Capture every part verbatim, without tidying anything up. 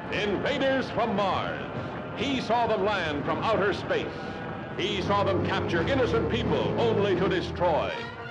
Invaders from Mars. He saw them land from outer space. He saw them capture innocent people only to destroy.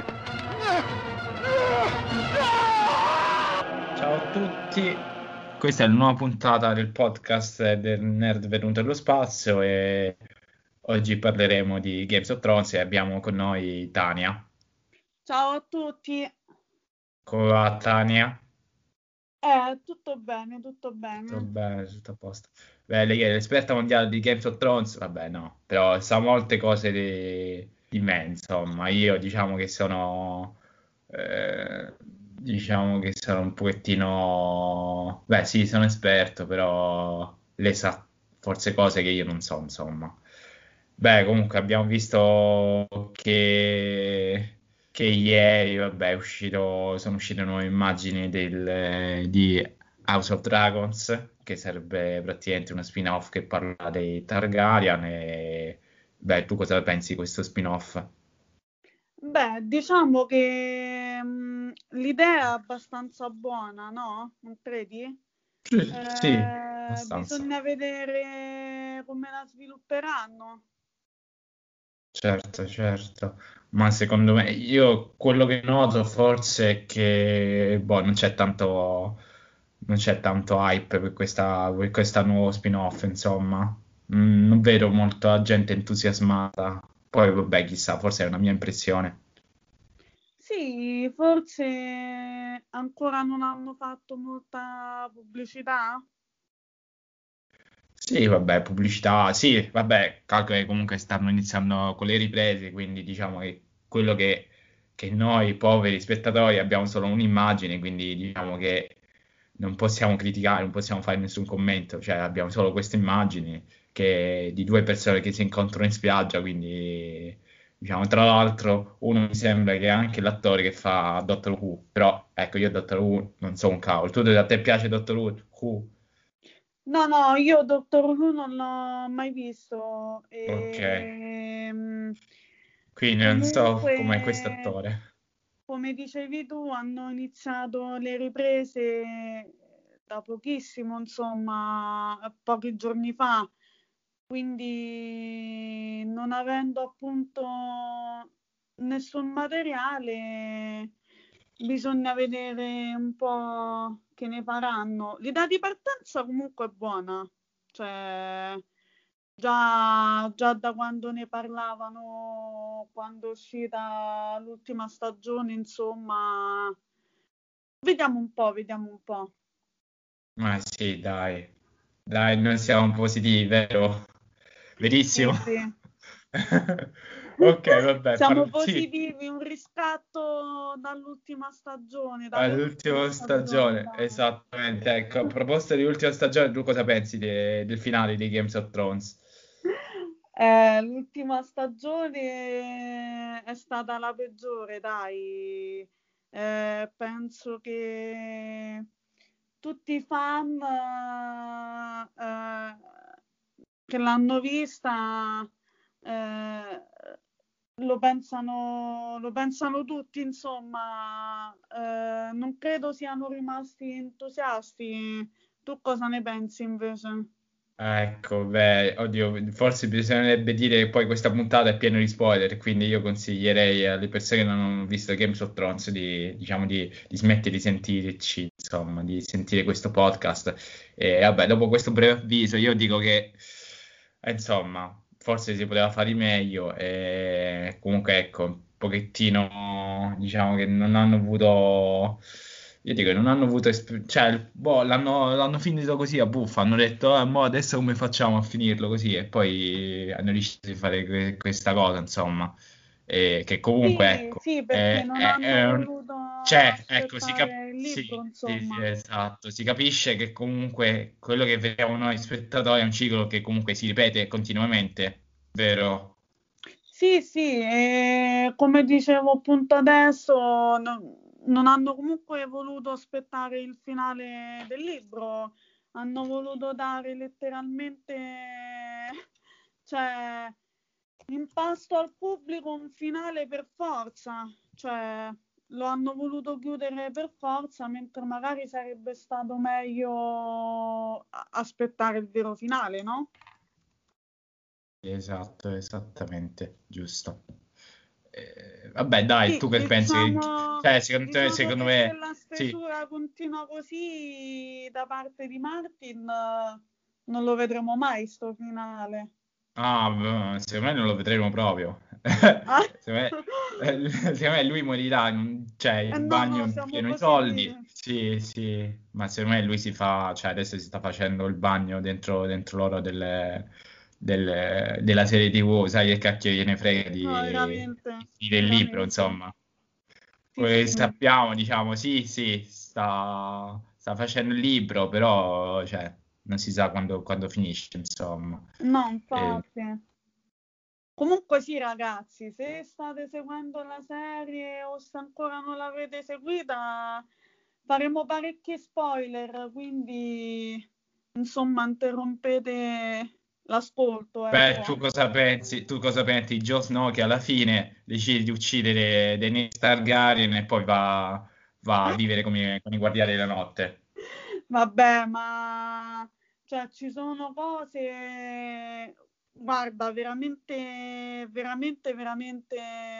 Ciao a tutti, questa è la nuova puntata del podcast del Nerd Venuto allo Spazio e oggi parleremo di Games of Thrones e abbiamo con noi Tania. Ciao a tutti. Come va Tania? Eh, tutto bene, tutto bene. Tutto bene, tutto a posto. Beh, lei è l'esperta mondiale di Games of Thrones, vabbè no, però sa molte cose di, di me, insomma, io diciamo che sono, eh, diciamo che sono un pochettino, beh sì, sono esperto, però lei sa forse cose che io non so, insomma. Beh, comunque abbiamo visto che, che ieri, vabbè, è uscito, sono uscite nuove immagini del, di House of Dragons, che sarebbe praticamente uno spin-off che parla dei Targaryen. E beh, tu cosa pensi di questo spin-off? Beh, diciamo che mh, l'idea è abbastanza buona, no? Non credi? Sì, sì, Eh, abbastanza. bisogna vedere come la svilupperanno. Certo, certo, ma secondo me, io quello che noto forse è che boh, non c'è tanto, non c'è tanto hype per questa, per questa nuovo spin-off, insomma. Mm, non vedo molta gente entusiasmata. Poi, vabbè, chissà, forse è una mia impressione. Sì, forse ancora non hanno fatto molta pubblicità. Sì, vabbè, pubblicità, sì, vabbè, calcola che comunque stanno iniziando con le riprese, quindi diciamo che quello che, che noi poveri spettatori abbiamo solo un'immagine, quindi diciamo che non possiamo criticare, non possiamo fare nessun commento, cioè abbiamo solo queste immagini che, di due persone che si incontrano in spiaggia, quindi diciamo, tra l'altro uno mi sembra che è anche l'attore che fa Doctor Who, però ecco, io Doctor Who non so un cavolo, tu a te piace Doctor Who? Who? No, no, io Doctor Who non l'ho mai visto. Ok. E, Quindi non so com'è questo comunque, attore. come dicevi tu, hanno iniziato le riprese da pochissimo, insomma, pochi giorni fa. Quindi, non avendo appunto nessun materiale, bisogna vedere un po' che ne faranno. L'idea di partenza comunque è buona, cioè già, già da quando ne parlavano, quando è uscita l'ultima stagione, insomma, vediamo un po', vediamo un po'. Ma sì, dai. Dai, noi siamo positivi, vero? Verissimo. Sì, sì. Ok, vabbè, Siamo par- sì, positivi, un riscatto dall'ultima stagione, dalle ultime all'ultima stagioni, stagione, dai. esattamente. Ecco, a proposito di ultima stagione, tu cosa pensi de- del finale di Games of Thrones? Eh, l'ultima stagione è stata la peggiore, dai. Eh, penso che tutti i fan eh, che l'hanno vista eh, lo pensano, lo pensano tutti, insomma, eh, non credo siano rimasti entusiasti. Tu cosa ne pensi invece? Ecco, beh, oddio, forse bisognerebbe dire che poi questa puntata è piena di spoiler, quindi io consiglierei alle persone che non hanno visto Games of Thrones di, diciamo, di, di smettere di sentirci, insomma, di sentire questo podcast. E vabbè, dopo questo breve avviso, io dico che, eh, insomma, forse si poteva fare di meglio e comunque, ecco, un pochettino, diciamo che non hanno avuto... Io dico, che non hanno avuto, esp- cioè, boh, l'hanno l'hanno finito così a buffa, hanno detto, ah, mo adesso come facciamo a finirlo così? E poi hanno deciso di fare que- questa cosa, insomma, e che comunque, Sì, ecco, sì, perché è, non è- hanno è un- voluto cioè, ecco, si, cap- aspettare il libro, sì, sì, sì, insomma. esatto, si capisce che comunque quello che vediamo noi spettatori è un ciclo che comunque si ripete continuamente, vero? Sì, sì, e come dicevo appunto adesso, no- non hanno comunque voluto aspettare il finale del libro, hanno voluto dare letteralmente, cioè, in pasto al pubblico un finale per forza, cioè, lo hanno voluto chiudere per forza, mentre magari sarebbe stato meglio a- aspettare il vero finale, no? Esatto, esattamente, giusto. Eh, vabbè, dai, Sì, tu che pensi? diciamo, Cioè, secondo te, diciamo secondo che se me, la sì. stesura continua così da parte di Martin, eh, non lo vedremo mai sto finale. Ah, beh, secondo me non lo vedremo proprio. Ah. Secondo me, eh, secondo me lui morirà in un, cioè, Eh in no, bagno no, siamo pieno di positivi. soldi. Sì, sì, ma secondo me lui si fa, cioè adesso si sta facendo il bagno dentro, dentro l'oro delle- del- della serie T V, sai che cacchio gliene frega No, di, veramente, di- del libro, veramente. insomma. Sì, Quello che sì. sappiamo, diciamo, sì, sì, sta, sta facendo il libro, però, cioè, non si sa quando, quando finisce, insomma. No, E- infatti. Comunque sì, ragazzi, se state seguendo la serie o se ancora non l'avete seguita, faremo parecchi spoiler, quindi insomma interrompete l'ascolto, Beh, ecco. tu cosa pensi? Tu cosa pensi? Jon Snow che alla fine decide di uccidere Daenerys Targaryen e poi va, va a vivere con i, con i Guardiani della Notte. Vabbè, ma cioè, ci sono cose, guarda, veramente, veramente, veramente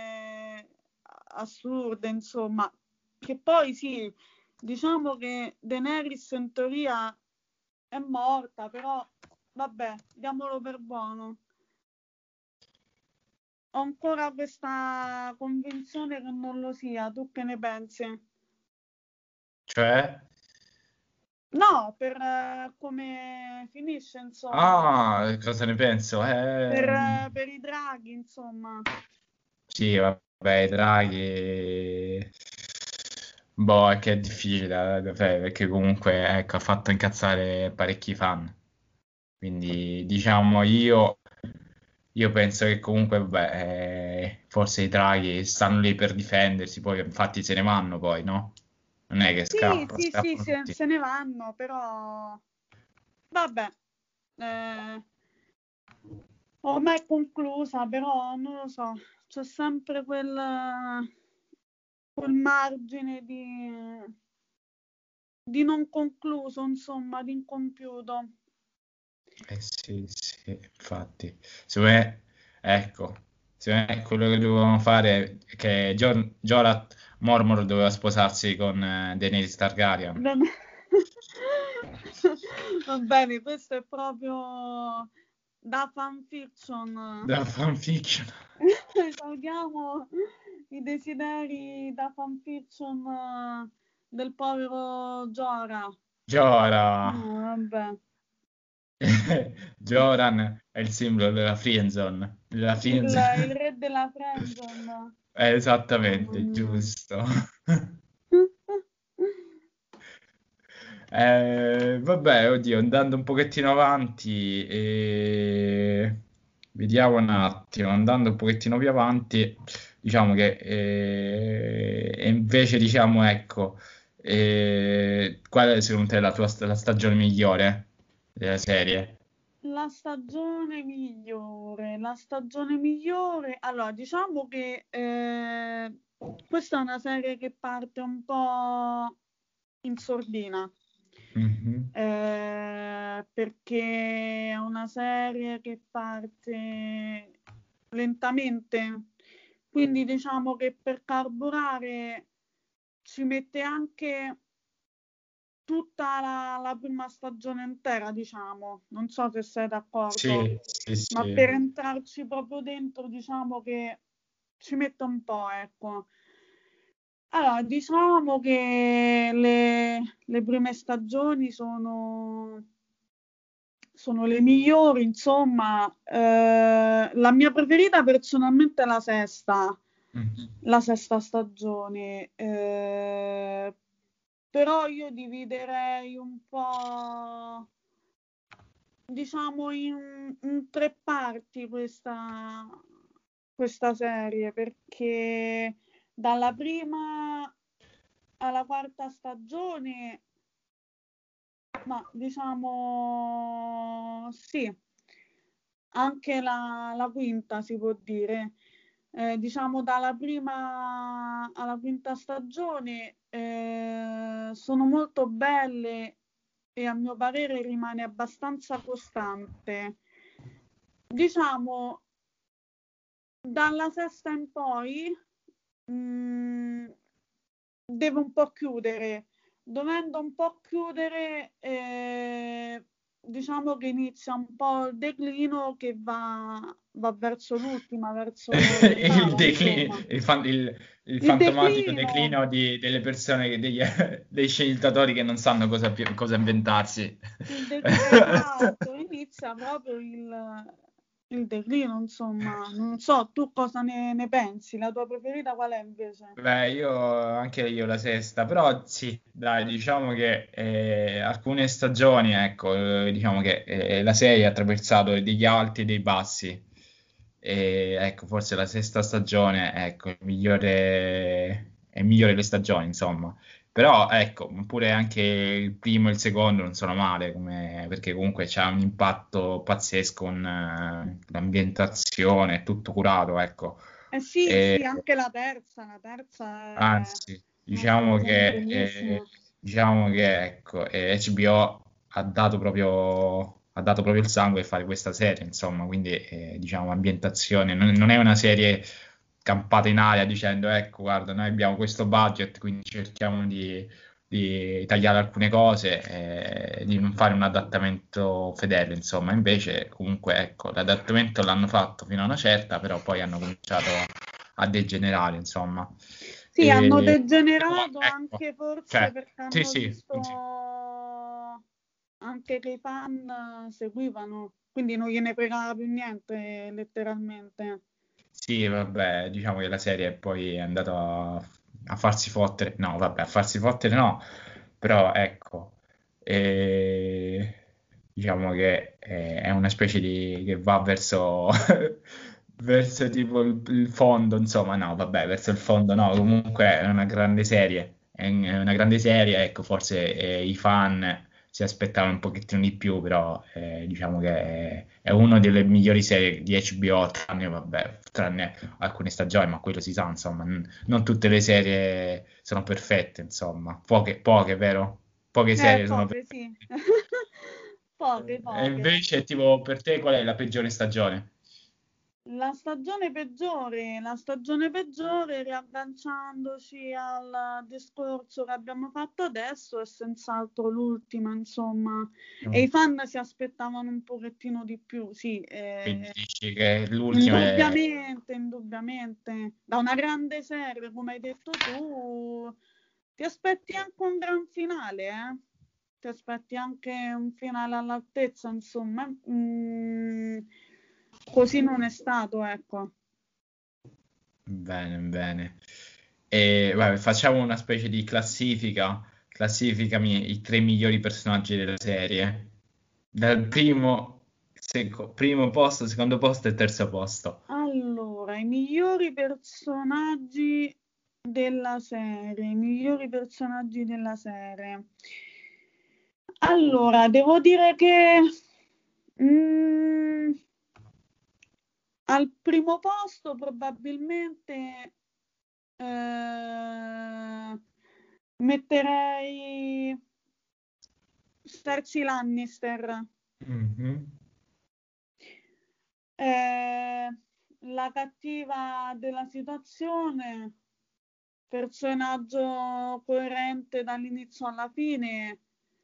assurde, insomma. Che poi sì, diciamo che Daenerys in teoria è morta, però vabbè, diamolo per buono. Ho ancora questa convinzione che non lo sia. Tu che ne pensi? Cioè? No, per eh, come finisce, insomma. Ah, cosa ne penso? Per, Ehm, eh, per i draghi, insomma. sì, vabbè, i draghi. Boh, è che è difficile da, da fare perché comunque ecco, ha fatto incazzare parecchi fan. Quindi diciamo io, io penso che comunque vabbè, eh, forse i draghi stanno lì per difendersi, poi infatti se ne vanno poi, no? Non è che Sì, scappano, sì, sì, scappano se, tutti. se ne vanno, però vabbè, eh, ormai è conclusa, però non lo so, c'è sempre quel, quel margine di, di non concluso, insomma, di incompiuto. Eh sì, sì, infatti. Secondo me, ecco, secondo me quello che dovevano fare è che Jor- Jorah Mormor doveva sposarsi con eh, Daenerys Targaryen. Va bene, questo è proprio da fanfiction. Da fanfiction. Salviamo i desideri da fanfiction eh, del povero Giora. Jorah. No, vabbè. Joran è il simbolo della friendzone. Della Il, il friendzone. re della friendzone. Eh, Mamma Esattamente, mia. giusto. Eh, vabbè, oddio, andando un pochettino avanti, eh, vediamo un attimo, andando un pochettino più avanti, diciamo che eh, e invece diciamo, ecco, eh, qual è secondo te la tua sta- la stagione migliore della serie? La stagione migliore, la stagione migliore. Allora, diciamo che eh, questa è una serie che parte un po' in sordina, Mhm. eh, perché è una serie che parte lentamente, quindi diciamo che per carburare ci mette anche tutta la, la prima stagione intera, diciamo. Non so se sei d'accordo, Sì, sì, ma sì. per entrarci proprio dentro, diciamo che ci mette un po', ecco. Allora, diciamo che le, le prime stagioni sono, sono le migliori, insomma. Eh, la mia preferita personalmente è la sesta, Mhm. la sesta stagione. Eh, però io dividerei un po', diciamo, in, in tre parti questa, questa serie, perché dalla prima alla quarta stagione, ma diciamo sì, anche la, la quinta si può dire. Eh, diciamo dalla prima alla quinta stagione eh, sono molto belle e a mio parere rimane abbastanza costante. Diciamo, dalla sesta in poi mh, deve un po' chiudere. Dovendo un po' chiudere, eh, diciamo che inizia un po' il declino che va, va verso l'ultima, verso il, l'ottava, declino, insomma. il, fan- il- il Il fantomatico declino, declino di- delle persone, che- degli- dei sceneggiatori che non sanno cosa, pi- cosa inventarsi. il de- esatto, inizia proprio il, il declino, insomma. Non so, tu cosa ne, ne pensi? La tua preferita qual è invece? Beh, io anche io la sesta, però sì, dai, diciamo che eh, alcune stagioni, ecco, eh, diciamo che eh, la serie ha attraversato degli alti e dei bassi. E ecco, forse la sesta stagione, ecco, è migliore, è migliore le stagioni, insomma. Però, ecco, pure anche il primo e il secondo non sono male, come- perché comunque c'è un impatto pazzesco con eh, l'ambientazione, è tutto curato, ecco. Eh sì, E, sì, anche la terza, la terza è anzi, una diciamo stagione che, eh, bellissima. diciamo che ecco, eh, H B O ha dato proprio, ha dato proprio il sangue per fare questa serie, insomma, quindi eh, diciamo ambientazione, non, non è una serie campata in aria dicendo ecco, guarda, noi abbiamo questo budget, quindi cerchiamo di, di tagliare alcune cose e di non fare un adattamento fedele, insomma, invece comunque ecco, l'adattamento l'hanno fatto fino a una certa, però poi hanno cominciato a degenerare, insomma. Sì, hanno E, però, degenerato ecco, anche forse cioè, perché sì, hanno sì, visto anche che i fan seguivano, quindi non gliene fregava più niente, letteralmente. sì, vabbè, diciamo che la serie poi è andata a, a farsi fottere, no, vabbè, a farsi fottere no, però ecco, e, diciamo che è, è una specie di, che va verso, verso tipo il, il fondo, insomma, no, vabbè, verso il fondo no, comunque è una grande serie, è un- è una grande serie, ecco, forse eh, i fan si aspettavano un pochettino di più, però eh, diciamo che è, è una delle migliori serie di H B O, tranne, vabbè, tranne alcune stagioni, ma quello si sa, insomma, n- non tutte le serie sono perfette, insomma, poche, poche, vero? Poche Eh, serie sono poche, perfette. sì. Poche, E poche. invece, tipo, per te qual è la peggiore stagione? La stagione peggiore, la stagione peggiore, riagganciandoci al discorso che abbiamo fatto adesso, è senz'altro l'ultima, insomma. E Mm. i fan si aspettavano un pochettino di più, sì. Quindi eh, dici che l'ultima è... Indubbiamente, indubbiamente. Da una grande serie, come hai detto tu, ti aspetti anche un gran finale, eh? Ti aspetti anche un finale all'altezza, insomma. Mm, così non è stato, ecco. Bene, bene. E vabbè, facciamo una specie di classifica. Classificami i tre migliori personaggi della serie. Dal primo, seco- primo posto, secondo posto e terzo posto. Allora, i migliori personaggi della serie, i migliori personaggi della serie. Allora, devo dire che mm, al primo posto probabilmente eh, metterei Cersei Lannister. Mhm. Eh, la cattiva della situazione, personaggio coerente dall'inizio alla fine,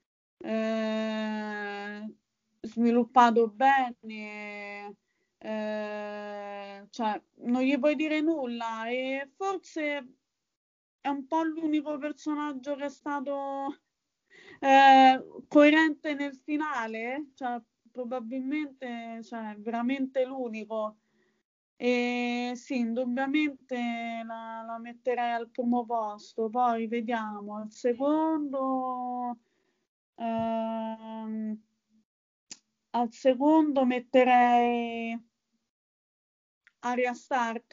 eh, sviluppato bene, eh, cioè non gli puoi dire nulla e forse è un po' l'unico personaggio che è stato eh, coerente nel finale, cioè probabilmente, cioè, veramente l'unico. E sì, indubbiamente la, la metterei al primo posto, poi vediamo al secondo. ehm, Al secondo metterei Arya Stark.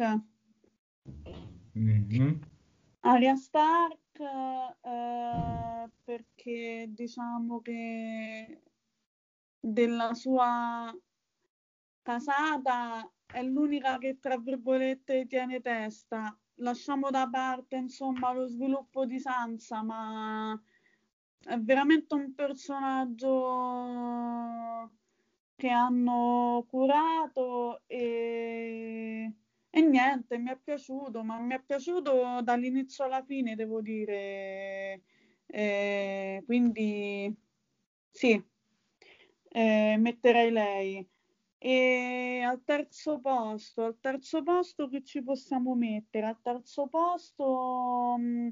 Mhm. Arya Stark eh, perché diciamo che della sua casata è l'unica che tra virgolette tiene testa. Lasciamo da parte insomma lo sviluppo di Sansa, ma è veramente un personaggio che hanno curato e, e niente, mi è piaciuto, ma mi è piaciuto dall'inizio alla fine, devo dire. Eh, quindi sì, eh, metterei lei. E al terzo posto, al terzo posto che ci possiamo mettere? Al terzo posto, mh,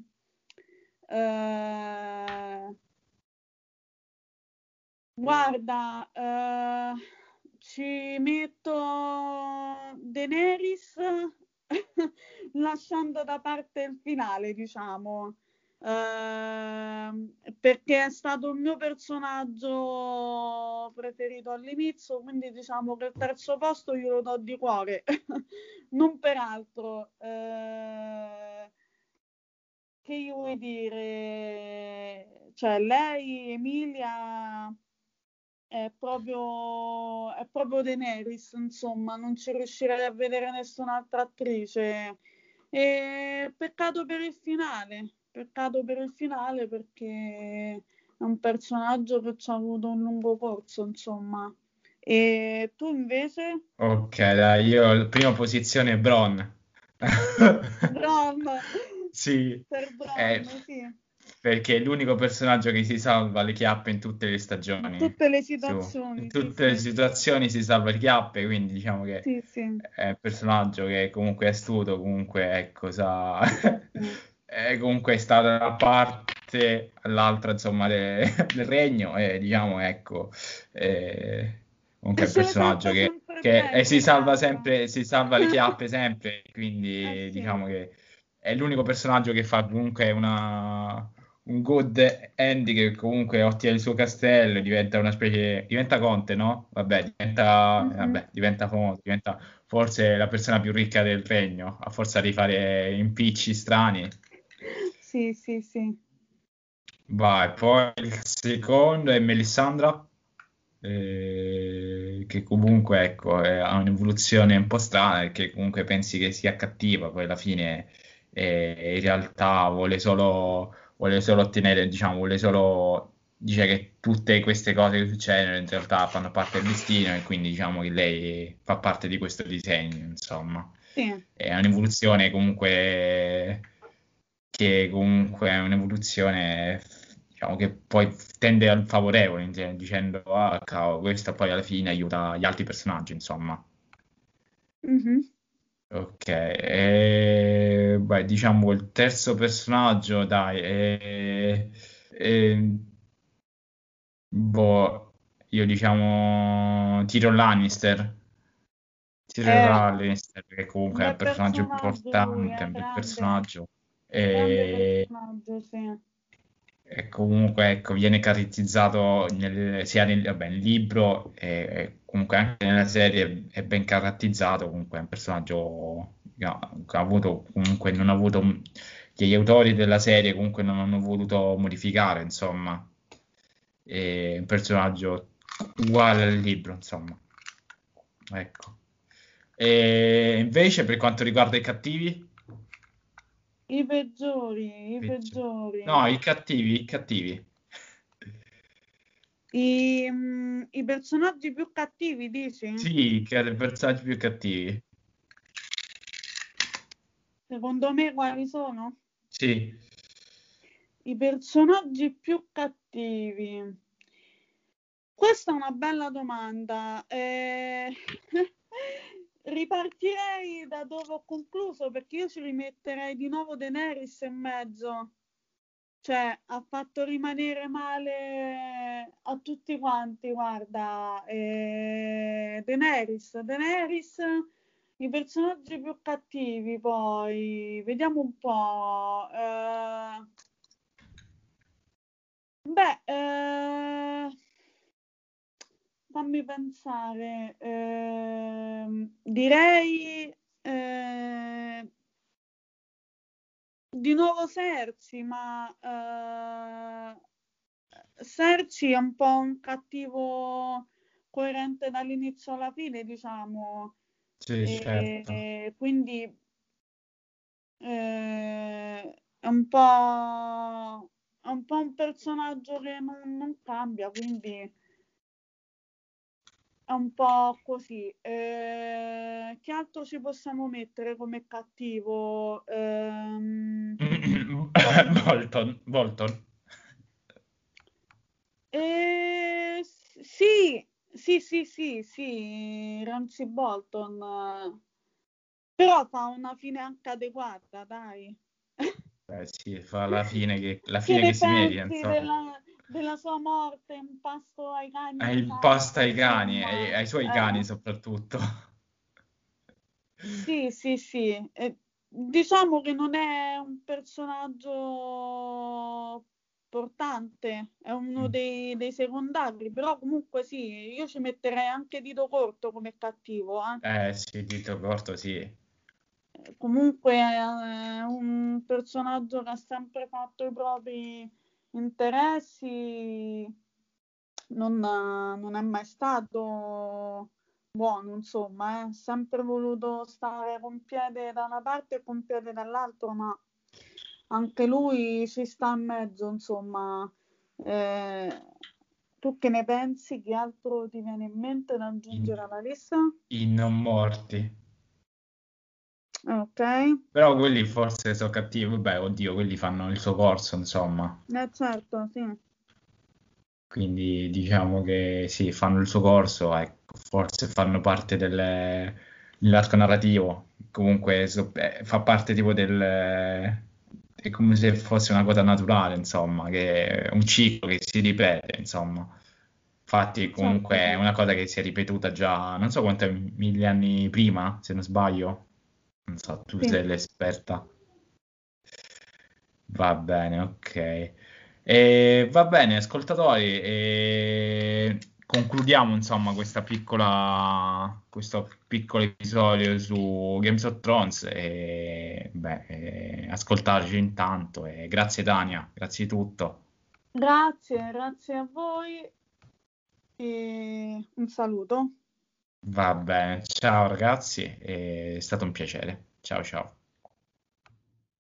eh, guarda, eh, ci metto Daenerys lasciando da parte il finale, diciamo. Ehm, perché è stato il mio personaggio preferito all'inizio, quindi diciamo che il terzo posto io lo do di cuore, non per altro. Eh, che io vuoi dire? Cioè, lei, Emilia, è proprio, è proprio Daenerys, insomma, non ci riuscirei a vedere nessun'altra attrice. E peccato per il finale, peccato per il finale perché è un personaggio che ci ha avuto un lungo corso, insomma. E tu invece? Ok, dai, io prima posizione Bron. Bron, Sì, per eh, Bron, sì, perché è l'unico personaggio che si salva le chiappe in tutte le in stagioni. tutte le Su. In situazioni, sì, tutte le sì, situazioni si salva le chiappe, quindi diciamo che sì, sì, è un personaggio che comunque è astuto, comunque ecco, sa... sì, sì. è comunque sta da una parte all'altra, insomma, de- del regno e diciamo, ecco, eh, comunque E è un se le personaggio salva che, sempre che eh, bene, si salva peraltro. sempre, si salva le chiappe sempre, Eh quindi sì, diciamo che è l'unico personaggio che fa comunque una, un good end, che comunque ottiene il suo castello e diventa una specie, diventa conte, no? Vabbè, diventa, eh, mhm, vabbè, diventa famoso, diventa forse la persona più ricca del regno, a forza di fare impicci strani. sì, sì, sì. Vai, poi il secondo è Melissandra, eh, che comunque ecco, è- ha un'evoluzione un po' strana, perché comunque pensi che sia cattiva, poi alla fine eh, in realtà vuole solo, vuole solo ottenere, diciamo, vuole solo, dice che tutte queste cose che succedono in realtà fanno parte del destino e quindi diciamo che lei fa parte di questo disegno, insomma. Sì. È un'evoluzione comunque che comunque è un'evoluzione diciamo che poi tende al favorevole, in- dicendo ah, cavolo, questo poi alla fine aiuta gli altri personaggi, insomma. Mhm. Ok, e, beh, diciamo il terzo personaggio, dai, è, è- boh, io diciamo Tyrion Lannister. Tyrion È Lannister, che un comunque è un bel personaggio personaggio lui, importante, è un bel grande, personaggio. grande E personaggio, sì. E comunque ecco, viene caratterizzato nel- sia nel, vabbè, nel libro e, e comunque anche nella serie è ben caratterizzato, comunque è un personaggio che ha, che ha avuto comunque non ha avuto che gli autori della serie comunque non hanno voluto modificare, insomma, è un personaggio uguale al libro, insomma. Ecco. E invece per quanto riguarda i cattivi, I peggiori, i invece- peggiori. no, i cattivi, i cattivi. I, mm, i personaggi più cattivi, dici? Sì, che i personaggi più cattivi. Secondo me quali sono? Sì, I personaggi più cattivi. Questa è una bella domanda. Eh, Ripartirei da dove ho concluso perché io ci rimetterei di nuovo Daenerys in mezzo. Cioè, ha fatto rimanere male a tutti quanti, guarda. Eh, Daenerys, Daenerys, i personaggi più cattivi poi. Vediamo un po'. Eh, beh, eh, fammi pensare, ehm, direi eh, di nuovo Sersi, ma eh, Sersi è un po' un cattivo coerente dall'inizio alla fine, diciamo, sì, certo. e quindi eh, è un po', è un po' un personaggio che non, non cambia, quindi è un po' così. Eh, che altro ci possiamo mettere come cattivo? Ehm, Bolton, Bolton. eh, sì, sì, sì, sì, sì, Ramsay Bolton, eh, però fa una fine anche adeguata, dai. Eh sì, fa la fine che, la Che fine che ne si merita, pensi insomma. della, della sua morte? Un pasto ai È cani di il posto casa, ai cani, ai, insomma. ai suoi cani Eh, soprattutto. sì, sì, sì. Eh, diciamo che non è un personaggio importante, è uno dei, dei secondari, però comunque sì, io ci metterei anche Dito Corto come cattivo, eh. Eh sì, dito corto, sì. Comunque è un personaggio che ha sempre fatto i propri interessi, non, non è mai stato buono, insomma, ha sempre voluto stare con piede da una parte e con piede dall'altro, ma anche lui ci sta in mezzo, insomma. Eh, tu che ne pensi? Che altro ti viene in mente da I, aggiungere alla lista? i non morti. Ok, Però quelli forse sono cattivi, beh, oddio, quelli fanno il suo corso, insomma. eh certo, sì. Quindi diciamo che sì, fanno il suo corso, ecco, forse fanno parte del- dell'arco narrativo. Comunque so- eh, fa parte tipo del... è come se fosse una cosa naturale, insomma, che è un ciclo che si ripete, insomma. Infatti comunque Certo, è sì. una cosa che si è ripetuta già, non so quanti mille anni prima, se non sbaglio. Non so, tu Sì. sei l'esperta. Va bene, ok. E va bene, ascoltatori, e concludiamo insomma questa piccola, questo piccolo episodio su Games of Thrones e beh, eh, ascoltarci intanto e grazie Tania, grazie di tutto. Grazie, grazie a voi e un saluto. Va bene, ciao ragazzi, è stato un piacere. Ciao ciao.